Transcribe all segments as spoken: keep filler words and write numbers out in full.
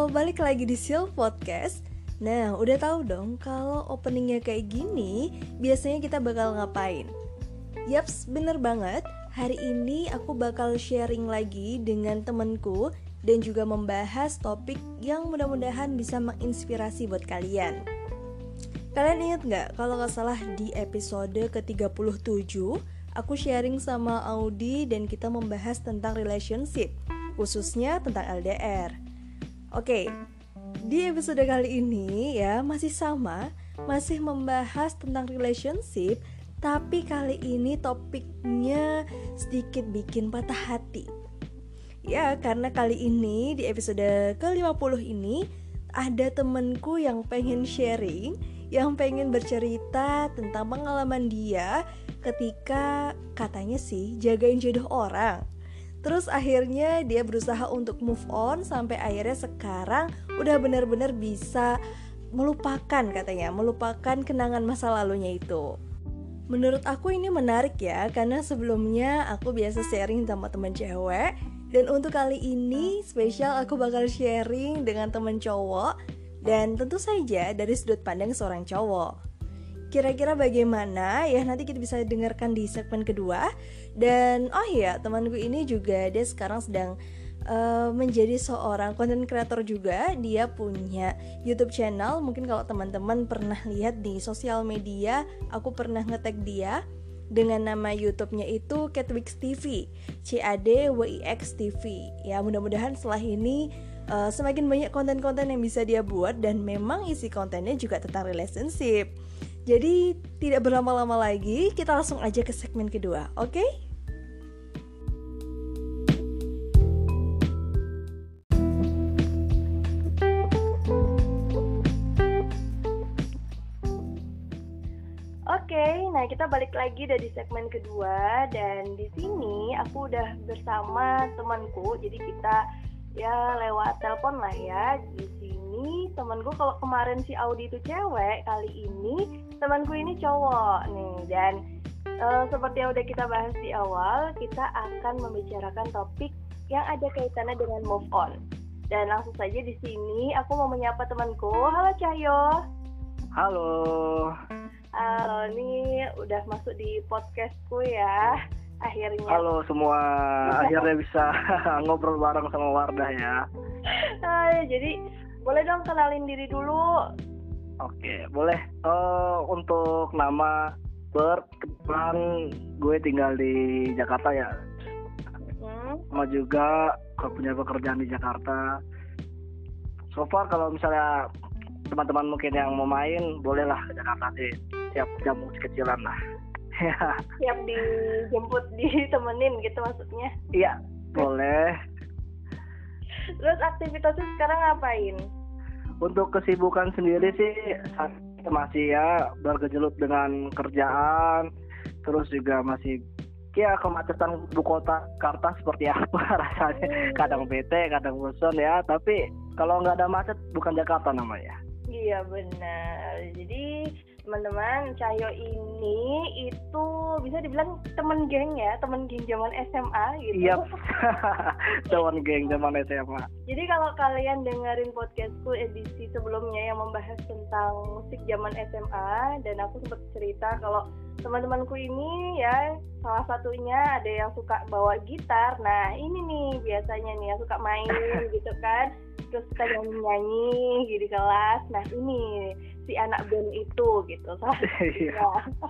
balik lagi di Sil Podcast. Nah, udah tahu dong kalau openingnya kayak gini, biasanya kita bakal ngapain? Yaps, bener banget. Hari ini aku bakal sharing lagi dengan temenku dan juga membahas topik yang mudah-mudahan bisa menginspirasi buat kalian. Kalian ingat gak kalau gak salah di episode ke tiga puluh tujuh, aku sharing sama Audi dan kita membahas tentang relationship, khususnya tentang L D R. Oke, di episode kali ini ya masih sama, masih membahas tentang relationship, tapi kali ini topiknya sedikit bikin patah hati. Ya, karena kali ini di episode ke lima puluh ini ada temenku yang pengen sharing, yang pengen bercerita tentang pengalaman dia ketika katanya sih jagain jodoh orang. Terus akhirnya dia berusaha untuk move on sampai akhirnya sekarang udah benar-benar bisa melupakan katanya, melupakan kenangan masa lalunya itu. Menurut aku ini menarik ya, karena sebelumnya aku biasa sharing sama teman cewek, dan untuk kali ini spesial aku bakal sharing dengan teman cowok, dan tentu saja dari sudut pandang seorang cowok. Kira-kira bagaimana ya, nanti kita bisa dengarkan di segmen kedua. Dan oh iya, temanku ini juga dia sekarang sedang uh, menjadi seorang content creator juga. Dia punya YouTube channel. Mungkin kalau teman-teman pernah lihat di sosial media, aku pernah nge-tag dia dengan nama YouTube-nya itu Catwix T V, C A D W I X T V. Ya, mudah-mudahan setelah ini uh, semakin banyak konten-konten yang bisa dia buat, dan memang isi kontennya juga tentang relationship. Jadi tidak berlama-lama lagi, kita langsung aja ke segmen kedua, oke? Okay? Oke, okay, nah kita balik lagi dari segmen kedua, dan di sini aku udah bersama temanku, jadi kita ya lewat telepon lah ya. Di sini temanku, kalau kemarin si Audi itu cewek, kali ini temanku ini cowok nih. Dan uh, seperti yang udah kita bahas di awal, kita akan membicarakan topik yang ada kaitannya dengan move on. Dan langsung saja di sini aku mau menyapa temanku. Halo Cahyo. Halo. Halo, ini udah masuk di podcastku ya, akhirnya. Halo semua, akhirnya bisa ngobrol bareng sama Wardah ya. Hai, jadi boleh dong kenalin diri dulu. Oke, boleh. Uh, untuk nama Bert, kebetulan gue tinggal di Jakarta ya. Hmm. Sama juga gue punya pekerjaan di Jakarta. So far kalau misalnya teman-teman mungkin yang mau main, bolehlah ke Jakarta sih. Siap jamu kecilan lah. Siap dijemput, ditemenin gitu maksudnya? Iya, boleh. Terus aktivitasnya sekarang ngapain? Untuk kesibukan sendiri sih masih ya bergelut dengan kerjaan, terus juga masih ya kemacetan ibu kota Jakarta seperti apa rasanya. Kadang bete, kadang bosan ya, tapi kalau nggak ada macet bukan Jakarta namanya. Iya benar. Jadi teman-teman, Cahyo ini itu bisa dibilang teman geng ya, teman geng zaman S M A gitu. Iya, yep. Teman geng zaman S M A. Jadi kalau kalian dengerin podcastku edisi sebelumnya yang membahas tentang musik zaman S M A, dan aku sempat cerita kalau teman-temanku ini ya salah satunya ada yang suka bawa gitar. Nah ini nih biasanya nih yang suka main gitu kan, terus kita nyanyi-nyanyi gitu di kelas. Nah ini si anak band itu gitu salah satunya.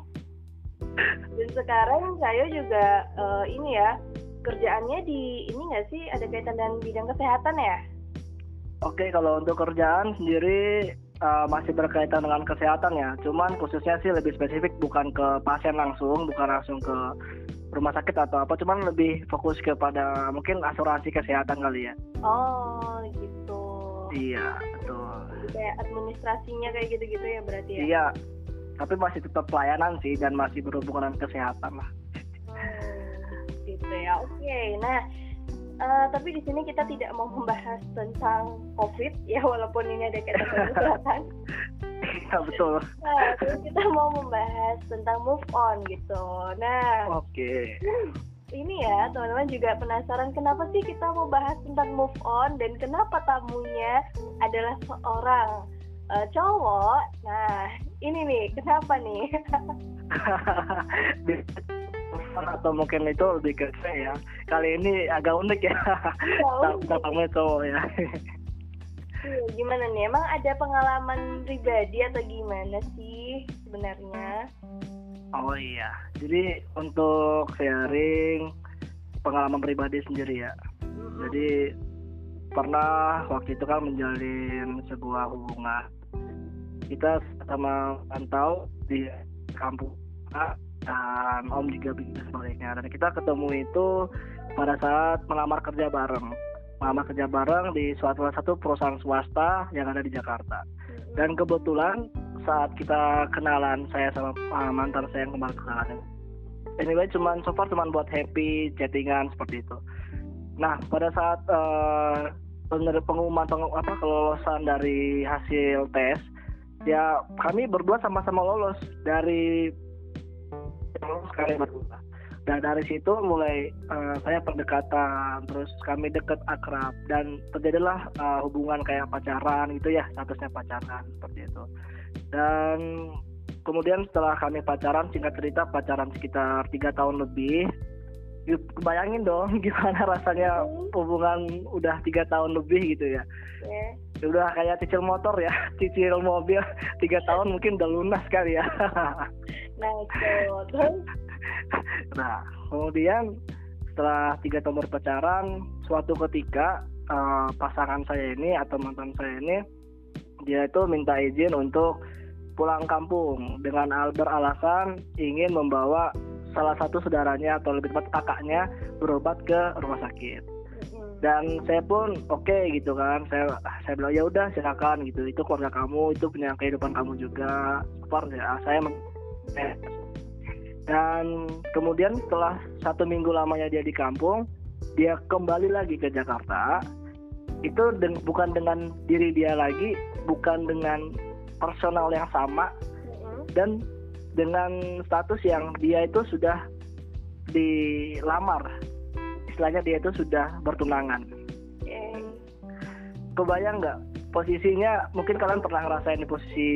Dan sekarang saya juga uh, ini ya kerjaannya di ini nggak sih, ada kaitan dengan bidang kesehatan ya? Oke, kalau untuk kerjaan sendiri uh, masih berkaitan dengan kesehatan ya. Cuman khususnya sih lebih spesifik, bukan ke pasien langsung, bukan langsung ke rumah sakit atau apa. Cuman lebih fokus kepada mungkin asuransi kesehatan kali ya. Oh gitu. Iya, betul. Kayak administrasinya kayak gitu-gitu ya berarti ya? Iya, tapi masih tetap pelayanan sih dan masih berhubungan dengan kesehatan lah. Hmm, gitu ya. Oke, okay. Nah uh, tapi di sini kita tidak mau membahas tentang COVID ya, walaupun ini ada kaitan dengan kesehatan. Iya betul. Nah, terus kita mau membahas tentang move on gitu. Nah, oke. Okay. ini ya, teman-teman juga penasaran kenapa sih kita mau bahas tentang move on dan kenapa tamunya adalah seorang uh, cowok. Nah, ini nih, kenapa nih? Atau mungkin itu lebih ke saya ya. Kali ini agak unik ya. Tamunya cowok ya. Gimana nih? Emang ada pengalaman pribadi atau gimana sih sebenarnya? Oh iya, jadi untuk sharing pengalaman pribadi sendiri ya. Mm-hmm. Jadi pernah waktu itu kan menjalin sebuah hubungan. Kita sama pantau di kampung dan om juga begitu sebaliknya. Dan kita ketemu itu pada saat melamar kerja bareng. Melamar kerja bareng di suatu satu perusahaan swasta yang ada di Jakarta. Dan kebetulan saat kita kenalan, saya sama uh, mantan saya yang kemarin kenalan. Anyway, cuman so far cuman buat happy, chattingan seperti itu. Nah, pada saat uh, pengumuman peng, apa kelolosan dari hasil tes, ya kami berdua sama-sama lolos dari lolos sekali berdua. Dan dari situ mulai uh, saya pendekatan, terus kami deket akrab dan terjadilah uh, hubungan kayak pacaran gitu ya, statusnya pacaran seperti itu. Dan kemudian setelah kami pacaran, singkat cerita pacaran sekitar tiga tahun lebih. Bayangin dong gimana rasanya hubungan udah tiga tahun lebih gitu ya. Yeah. Udah kayak cicil motor ya, cicil mobil tiga tahun mungkin udah lunas kali ya. Nah, itu. Nah, kemudian setelah tiga tahun berpacaran, suatu ketika uh, pasangan saya ini atau mantan saya ini dia itu minta izin untuk pulang kampung dengan beralasan ingin membawa salah satu saudaranya atau lebih tepat kakaknya berobat ke rumah sakit. Dan saya pun oke okay, gitu kan, saya saya bilang ya udah silakan gitu, itu keluarga kamu, itu punya kehidupan kamu juga. Ya, saya men- dan kemudian setelah satu minggu lamanya dia di kampung, dia kembali lagi ke Jakarta. Itu de- bukan dengan diri dia lagi, bukan dengan personal yang sama, dan dengan status yang dia itu sudah dilamar, istilahnya dia itu sudah bertunangan. Okay. Kebayang nggak posisinya? Mungkin kalian pernah ngerasain di posisi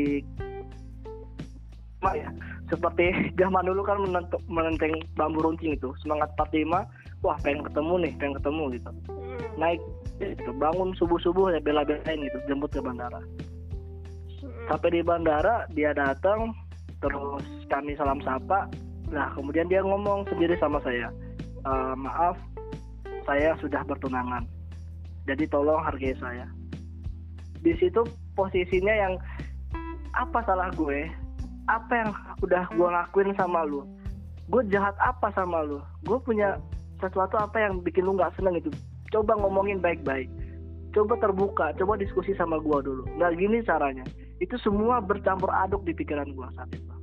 ya, seperti zaman dulu kan menentuk, menenteng bambu runcing itu, semangat empat puluh lima, wah pengen ketemu nih, pengen ketemu gitu. Naik gitu, bangun subuh-subuh ya bela-belain gitu, jemput ke bandara. Sampai di bandara dia datang, terus kami salam sapa. Nah kemudian dia ngomong sendiri sama saya, e, maaf saya sudah bertunangan, jadi tolong hargai saya. Di situ posisinya yang apa salah gue? Apa yang udah gue lakuin sama lu? Gue jahat apa sama lu? Gue punya sesuatu apa yang bikin lu nggak seneng itu? Coba ngomongin baik-baik, coba terbuka, coba diskusi sama gue dulu. Nggak gini caranya. Itu semua bercampur aduk di pikiran gue saat itu.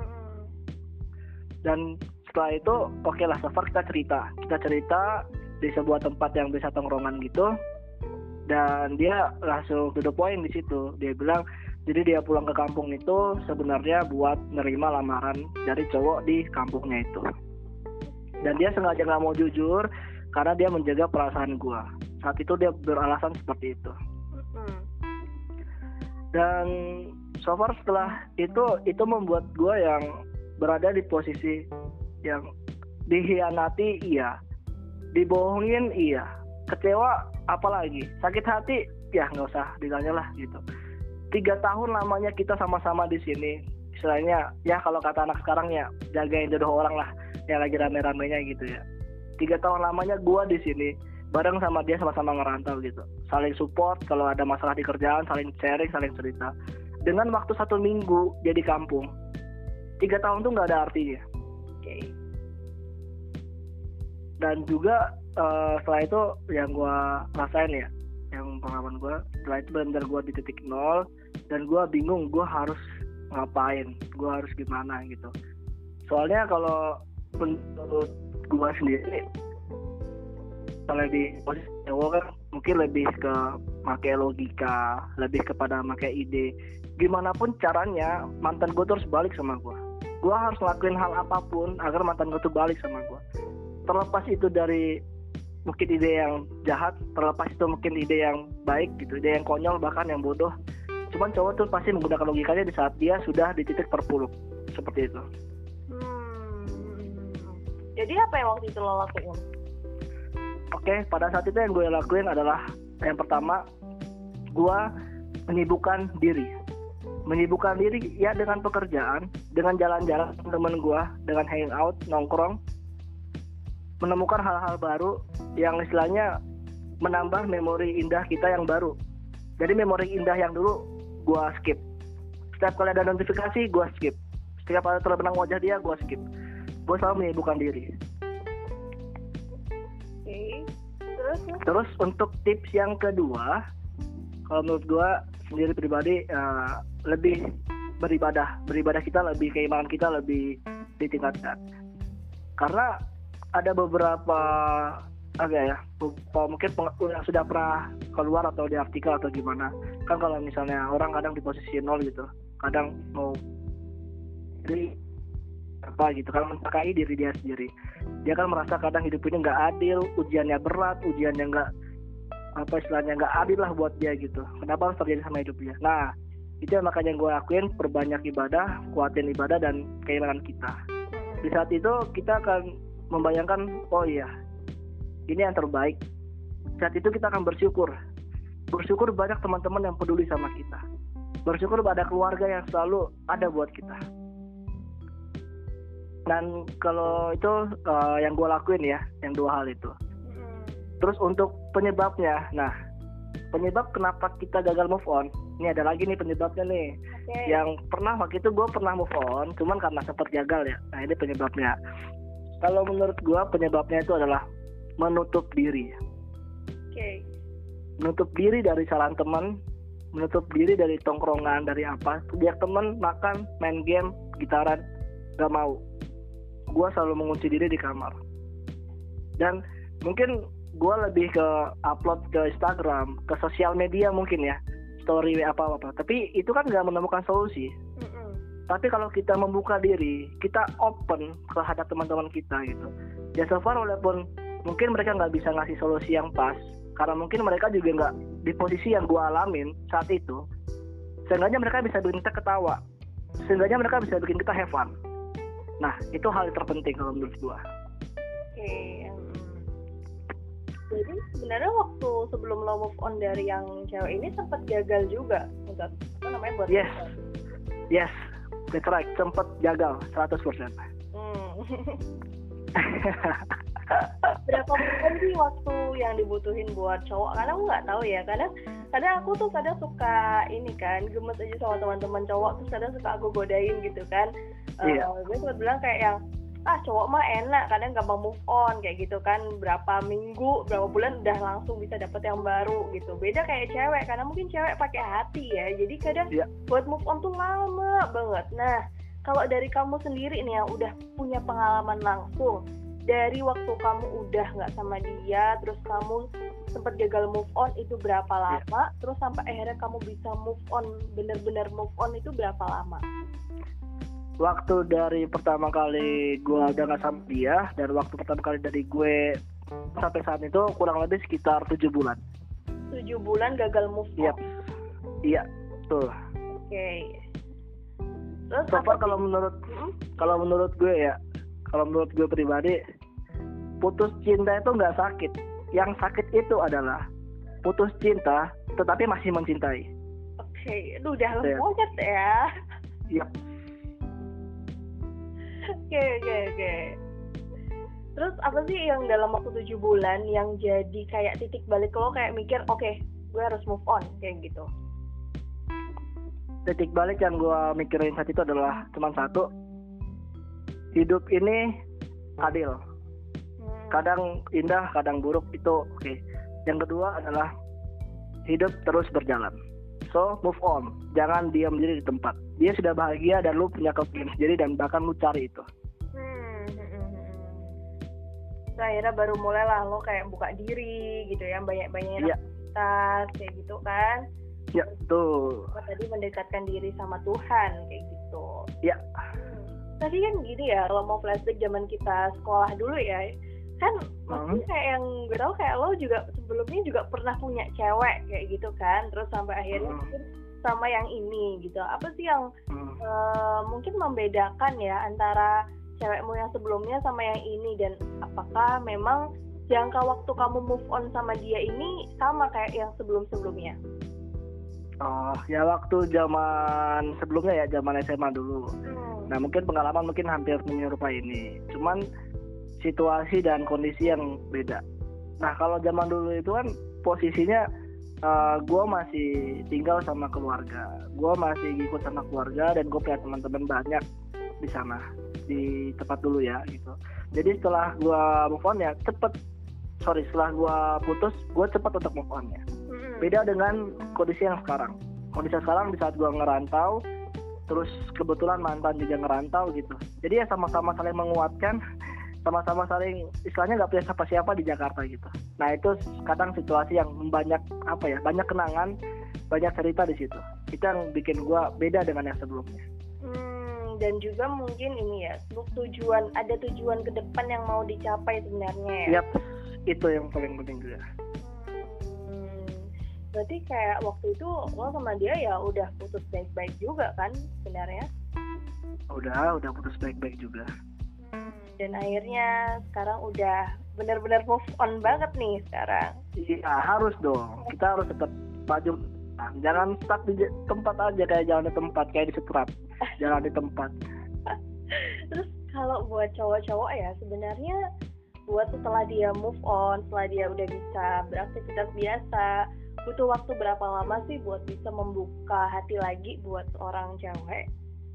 Dan setelah itu oke okay lah, so far kita cerita, kita cerita di sebuah tempat yang bisa tongkrongan gitu. Dan dia langsung to the point di situ. Dia bilang jadi dia pulang ke kampung itu sebenarnya buat nerima lamaran dari cowok di kampungnya itu. Dan dia sengaja nggak mau jujur karena dia menjaga perasaan gue. Saat itu dia beralasan seperti itu. Dan so far setelah itu itu membuat gue yang berada di posisi yang dikhianati iya, dibohongin iya, kecewa apalagi, sakit hati ya nggak usah ditanya lah gitu. Tiga tahun lamanya kita sama-sama di sini, istilahnya ya kalau kata anak sekarang ya jagain jodoh orang lah, yang lagi rame-ramenya gitu ya. Tiga tahun lamanya gue di sini bareng sama dia, sama-sama ngerantau gitu, saling support kalau ada masalah di kerjaan, saling sharing, saling cerita. Dengan waktu satu minggu dia di kampung, tiga tahun tuh nggak ada artinya. Okay. Dan juga uh, setelah itu yang gue rasain ya, yang pengalaman gue, setelah itu benar-benar gue di titik nol dan gue bingung gue harus ngapain, gue harus gimana gitu. Soalnya kalau menurut gue sendiri, kalau di posisi cowok kan mungkin lebih ke pakai logika, lebih kepada pakai ide. Gimana pun caranya mantan gue terus balik sama gue. Gue harus ngelakuin hal apapun agar mantan gue tuh balik sama gue. terlepas itu dari mungkin ide yang jahat, terlepas itu mungkin ide yang baik gitu, ide yang konyol bahkan yang bodoh, cuman cowok tuh pasti menggunakan logikanya di saat dia sudah di titik terpuruk seperti itu. Hmm. Jadi apa yang waktu itu lo lakuin? Oke, pada saat itu yang gue lakuin adalah yang pertama, gue menyibukkan diri, menyibukkan diri ya dengan pekerjaan, dengan jalan-jalan teman gue, dengan hangout, nongkrong, menemukan hal-hal baru yang istilahnya menambah memori indah kita yang baru. Jadi memori indah yang dulu gue skip. Setiap kali ada notifikasi gue skip. Setiap kali terbenang wajah dia gue skip. Gue selalu menyibukkan diri. Oke. Okay. Terus? Terus untuk tips yang kedua, kalau menurut gue sendiri pribadi uh, lebih beribadah. Beribadah kita lebih, keimanan kita lebih ditingkatkan. Karena ada beberapa apa ya, beberapa mungkin yang sudah pernah keluar atau di artikel atau gimana. Kan kalau misalnya orang kadang di posisi nol gitu, kadang mau jadi apa gitu, kan mencakai diri dia sendiri. Dia kan merasa kadang hidup ini nggak adil, ujiannya berat, ujiannya nggak apa istilahnya nggak adil lah buat dia gitu. Kenapa harus terjadi sama hidupnya? Nah, itu yang makanya gue lakuin, perbanyak ibadah, kuatin ibadah dan keimanan kita. Di saat itu kita akan membayangkan, oh iya, ini yang terbaik. Saat itu kita akan bersyukur. Bersyukur banyak teman-teman yang peduli sama kita. Bersyukur ada keluarga yang selalu ada buat kita. Dan kalau itu uh, yang gue lakuin ya, yang dua hal itu. Terus untuk penyebabnya, nah penyebab kenapa kita gagal move on, ini ada lagi nih penyebabnya nih. Okay. Yang pernah waktu itu gue pernah move on, cuman karena sempat gagal ya. Nah ini penyebabnya. Kalau menurut gue penyebabnya itu adalah menutup diri. Oke. Okay. Menutup diri dari saran teman, menutup diri dari tongkrongan, dari apa. Biar teman makan, main game, gitaran, gak mau. Gue selalu mengunci diri di kamar. Dan mungkin gue lebih ke upload ke Instagram, ke sosial media mungkin ya, story apa-apa. Tapi itu kan gak menemukan solusi. Mm-mm. Tapi kalau kita membuka diri, kita open terhadap teman-teman kita gitu. Ya so far walaupun mungkin mereka nggak bisa ngasih solusi yang pas, karena mungkin mereka juga nggak di posisi yang gue alamin saat itu. Seenggaknya mereka bisa bikin kita ketawa, seenggaknya mereka bisa bikin kita have fun. Nah itu hal yang terpenting kalau menurut gue. Oke. Jadi sebenarnya waktu sebelum lo move on dari yang cewek ini sempat gagal juga, untuk apa namanya buat? Yes, kita? Yes. That's right, sempat gagal seratus persen. Hmm. Berapa bulan sih waktu yang dibutuhin buat cowok? Karena aku nggak tahu ya. Kadang, kadang aku tuh kadang suka ini kan, gemes aja sama teman-teman cowok. Terus kadang suka aku godain gitu kan. Iya. Uh, gue sempat bilang kayak yang, ah cowok mah enak, kadang gampang move on kayak gitu kan. Berapa minggu, berapa bulan udah langsung bisa dapet yang baru gitu. Beda kayak cewek, karena mungkin cewek pakai hati ya. Jadi kadang yeah. buat move on tuh lama banget. Nah, kalau dari kamu sendiri nih yang udah punya pengalaman langsung, dari waktu kamu udah nggak sama dia, terus kamu sempat gagal move on itu berapa lama? Yeah. Terus sampai akhirnya kamu bisa move on, bener-bener move on itu berapa lama? Waktu dari pertama kali gue udah gak sama dia, dan waktu pertama kali dari gue sampai saat itu kurang lebih sekitar tujuh bulan. Tujuh bulan gagal move on? Yep. Iya, betul. Oke. Okay. Terus so far kalau menurut hmm? kalau menurut gue ya, kalau menurut gue pribadi, putus cinta itu gak sakit. Yang sakit itu adalah putus cinta tetapi masih mencintai. Oke, okay. Aduh udah lemot ya. Iya. Oke oke oke. Terus apa sih yang dalam waktu tujuh bulan yang jadi kayak titik balik lo kayak mikir oke okay, gue harus move on kayak gitu? Titik balik yang gue mikirin saat itu adalah cuma satu, hidup ini adil. Hmm. Kadang indah, kadang buruk itu oke. Okay. Yang kedua adalah hidup terus berjalan. So move on, jangan diam diri di tempat. Dia sudah bahagia dan lu punya kepentingan sendiri dan bahkan lu cari itu. Hmm, hmm, hmm. So, akhirnya baru mulailah lo kayak buka diri gitu ya, banyak-banyak ya. aktivitas kayak gitu kan? Ya betul. Oh, tadi mendekatkan diri sama Tuhan kayak gitu. Ya. Hmm. Tadi kan gini ya, kalau mau flashback zaman kita sekolah dulu ya, Kan maksudnya Hmm. kayak yang gue tahu kayak lo juga sebelumnya juga pernah punya cewek kayak gitu kan, terus sampai akhirnya Hmm. mungkin sama yang ini gitu. Apa sih yang Hmm. uh, mungkin membedakan ya antara cewekmu yang sebelumnya sama yang ini, dan apakah memang jangka waktu kamu move on sama dia ini sama kayak yang sebelum-sebelumnya? Oh, ya waktu zaman sebelumnya ya, zaman S M A dulu. Hmm. Nah, mungkin pengalaman mungkin hampir menyerupai ini. Cuman situasi dan kondisi yang beda. Nah, kalau zaman dulu itu kan posisinya uh, gue masih tinggal sama keluarga. Gue masih ikut sama keluarga dan gue punya teman-teman banyak di sana, di tempat dulu ya gitu. Jadi setelah gue move on ya cepet, sorry setelah gue putus gue cepet untuk move on ya. Beda dengan kondisi yang sekarang. Kondisi sekarang di saat gue ngerantau, terus kebetulan mantan juga ngerantau gitu. Jadi ya sama-sama saling menguatkan, sama-sama saling istilahnya nggak punya siapa-siapa di Jakarta gitu. Nah itu kadang situasi yang banyak apa ya, banyak kenangan, banyak cerita di situ. Itu yang bikin gue beda dengan yang sebelumnya. Hmm, dan juga mungkin ini ya, tujuan ada tujuan ke depan yang mau dicapai sebenarnya ya. Yap, itu yang paling penting juga. Hmm, berarti kayak waktu itu lo sama dia ya udah putus baik-baik juga kan sebenarnya? Udah, udah putus baik-baik juga. Dan akhirnya sekarang udah benar-benar move on banget nih sekarang. Iya harus dong, kita harus tetap maju. Nah, jangan stuck di tempat aja, kayak jalan di tempat, kayak di setrap, jalan di tempat. Terus kalau buat cowok-cowok ya sebenarnya buat setelah dia move on, setelah dia udah bisa beraktivitas biasa, butuh waktu berapa lama sih buat bisa membuka hati lagi buat seorang cewek?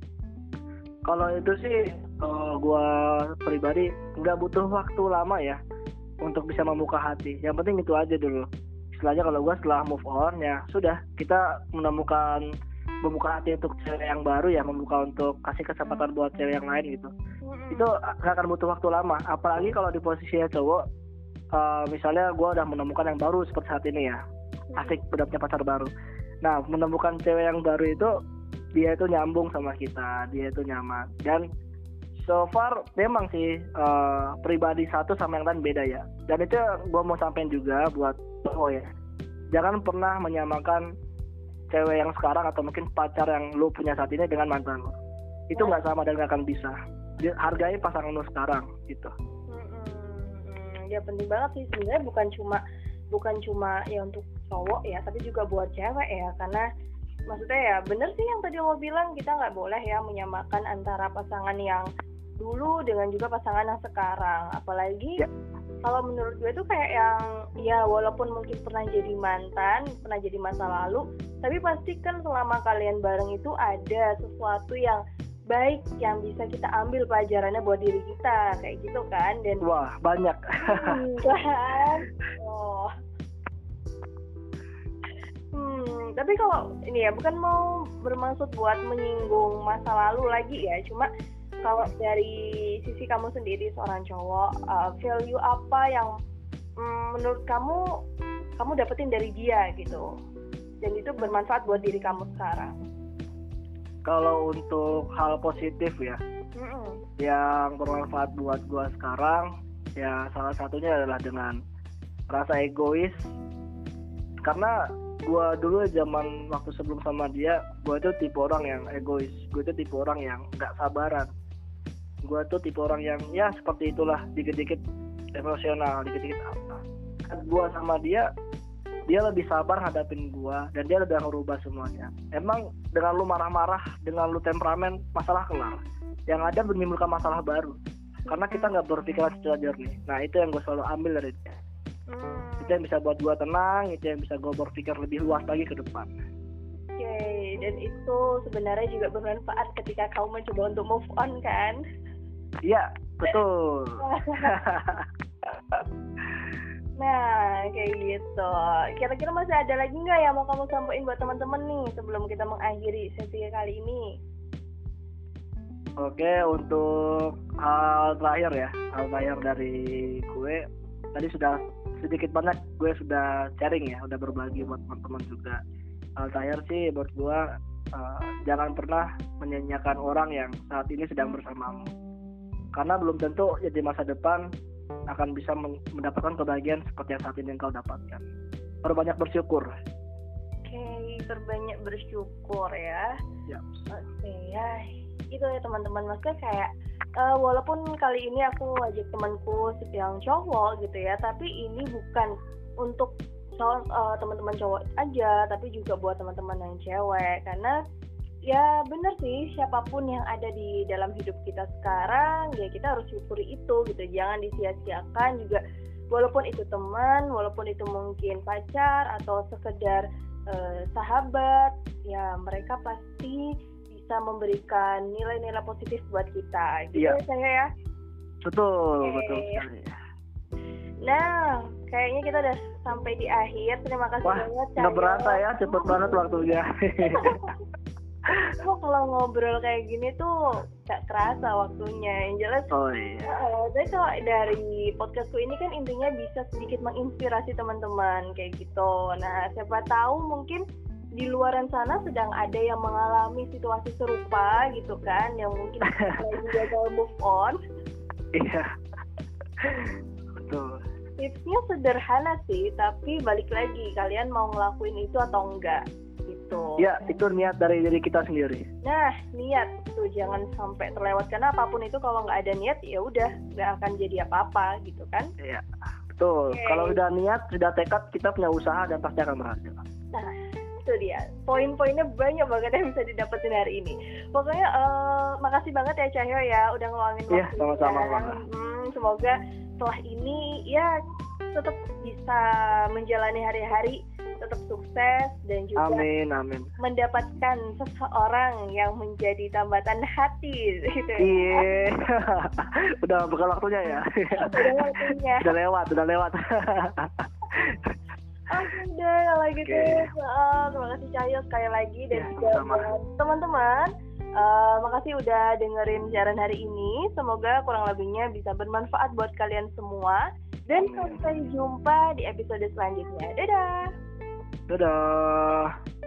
Kalau itu sih uh, gue pribadi nggak butuh waktu lama ya untuk bisa membuka hati. Yang penting itu aja dulu. Istilahnya kalau gue setelah move on ya sudah, kita menemukan membuka hati untuk cewek yang baru ya, membuka untuk kasih kesempatan buat cewek yang lain gitu. Mm-hmm. Itu nggak akan butuh waktu lama. Apalagi kalau di posisinya cowok, uh, misalnya gue udah menemukan yang baru seperti saat ini ya, asik udah punya pacar baru. Nah menemukan cewek yang baru itu, dia itu nyambung sama kita, dia itu nyaman. Dan so far memang sih uh, pribadi satu sama yang lain beda ya. Dan itu gue mau sampein juga buat cowok ya, jangan pernah menyamakan cewek yang sekarang atau mungkin pacar yang lu punya saat ini dengan mantan lu. Itu nggak sama dan nggak akan bisa. Hargai pasangan lu sekarang gitu. Hmm, ya penting banget sih sebenarnya, bukan cuma bukan cuma ya untuk cowok ya, tapi juga buat cewek ya. Karena maksudnya ya bener sih yang tadi lo bilang, kita nggak boleh ya menyamakan antara pasangan yang dulu dengan juga pasangan yang sekarang. Apalagi ya, kalau menurut gue tuh kayak yang ya walaupun mungkin pernah jadi mantan, pernah jadi masa lalu, tapi pasti kan selama kalian bareng itu ada sesuatu yang baik yang bisa kita ambil pelajarannya buat diri kita, kayak gitu kan. Dan wah banyak hmm, kan oh hmm tapi kalau ini ya bukan mau bermaksud buat menyinggung masa lalu lagi ya, cuma kalau dari sisi kamu sendiri seorang cowok, uh, value apa yang mm, menurut kamu kamu dapetin dari dia gitu, dan itu bermanfaat buat diri kamu sekarang? Kalau untuk hal positif ya, mm-mm. yang bermanfaat buat gua sekarang ya salah satunya adalah dengan rasa egois. Karena gua dulu zaman waktu sebelum sama dia, gua itu tipe orang yang egois, gua itu tipe orang yang nggak sabaran. Gue tuh tipe orang yang ya seperti itulah, dikit-dikit emosional, dikit-dikit apa. Gue sama dia, dia lebih sabar hadapin gue, dan dia udah ngerubah semuanya. Emang dengan lu marah-marah, dengan lu temperamen, masalah kelar. Yang ada menimbulkan masalah baru, karena kita nggak berpikiran secara jernih. Nah itu yang gue selalu ambil dari dia. Hmm. Itu yang bisa buat gue tenang, itu yang bisa gue berpikir lebih luas lagi ke depan. Oke, okay, dan itu sebenarnya juga bermanfaat ketika kamu mencoba untuk move on kan? Iya, betul. Nah, kayak gitu. Kira-kira masih ada lagi nggak yang mau kamu sampaikan buat teman-teman nih sebelum kita mengakhiri sesi kali ini? Oke, untuk hal terakhir ya, hal terakhir dari gue, tadi sudah sedikit banyak gue sudah sharing ya, udah berbagi buat teman-teman juga. Hal terakhir sih buat gue, uh, jangan pernah menyanyiakan orang yang saat ini sedang bersamamu. Karena belum tentu ya di masa depan akan bisa mendapatkan kebahagiaan seperti yang saat ini yang kau dapatkan. Perbanyak bersyukur. Oke, berbanyak bersyukur ya. Ya. Oke ya, itu ya teman-teman. Maksudnya kayak uh, walaupun kali ini aku ajak temanku yang cowok gitu ya, tapi ini bukan untuk soal uh, teman-teman cowok aja, tapi juga buat teman-teman yang cewek. Karena ya bener sih, siapapun yang ada di dalam hidup kita sekarang, ya kita harus syukuri itu gitu. Jangan disia-siakan juga, walaupun itu teman, walaupun itu mungkin pacar atau sekedar uh, sahabat, ya mereka pasti bisa memberikan nilai-nilai positif buat kita. Gitu iya. ya saya ya. Betul, okay. betul sekali. Nah, kayaknya kita udah sampai di akhir. Terima kasih Wah, banget. Wah, nggak berasa ya, cepet banget waktunya. Oh, kalau ngobrol kayak gini tuh gak kerasa waktunya. Yang jelas. Oh iya. Uh, tapi kalau dari podcastku ini kan intinya bisa sedikit menginspirasi teman-teman kayak gitu. Nah, siapa tahu mungkin di luaran sana sedang ada yang mengalami situasi serupa gitu kan, yang mungkin lagi gagal move on. Iya. Betul. Tipsnya sederhana sih, tapi balik lagi kalian mau ngelakuin itu atau enggak gitu. Ya, itu niat dari diri kita sendiri. Nah, niat tuh jangan sampai terlewat, karena apapun itu kalau nggak ada niat ya udah nggak akan jadi apa-apa gitu kan. Iya, betul. Okay. Kalau udah niat, sudah tekad, kita punya usaha dan pasti akan berhasil. Nah, itu dia. Poin-poinnya banyak banget yang bisa didapetin hari ini. Pokoknya uh, makasih banget ya Cahyo ya udah ngeluangin waktu. Iya, sama-sama. Hmm, semoga setelah ini ya tetap bisa menjalani hari-hari, tetap sukses dan juga amin, amin. mendapatkan seseorang yang menjadi tambatan hati gitu. Iya. Udah bukan waktunya ya. Udah waktunya. Udah lewat, udah lewat. Oke deh kalau gitu. Okay. Uh, terima kasih Cahyo sekali lagi dan ya, juga buat teman-teman. Uh, makasih udah dengerin siaran hari ini. Semoga kurang lebihnya bisa bermanfaat buat kalian semua. Dan sampai jumpa di episode selanjutnya. Dadah. Dadah.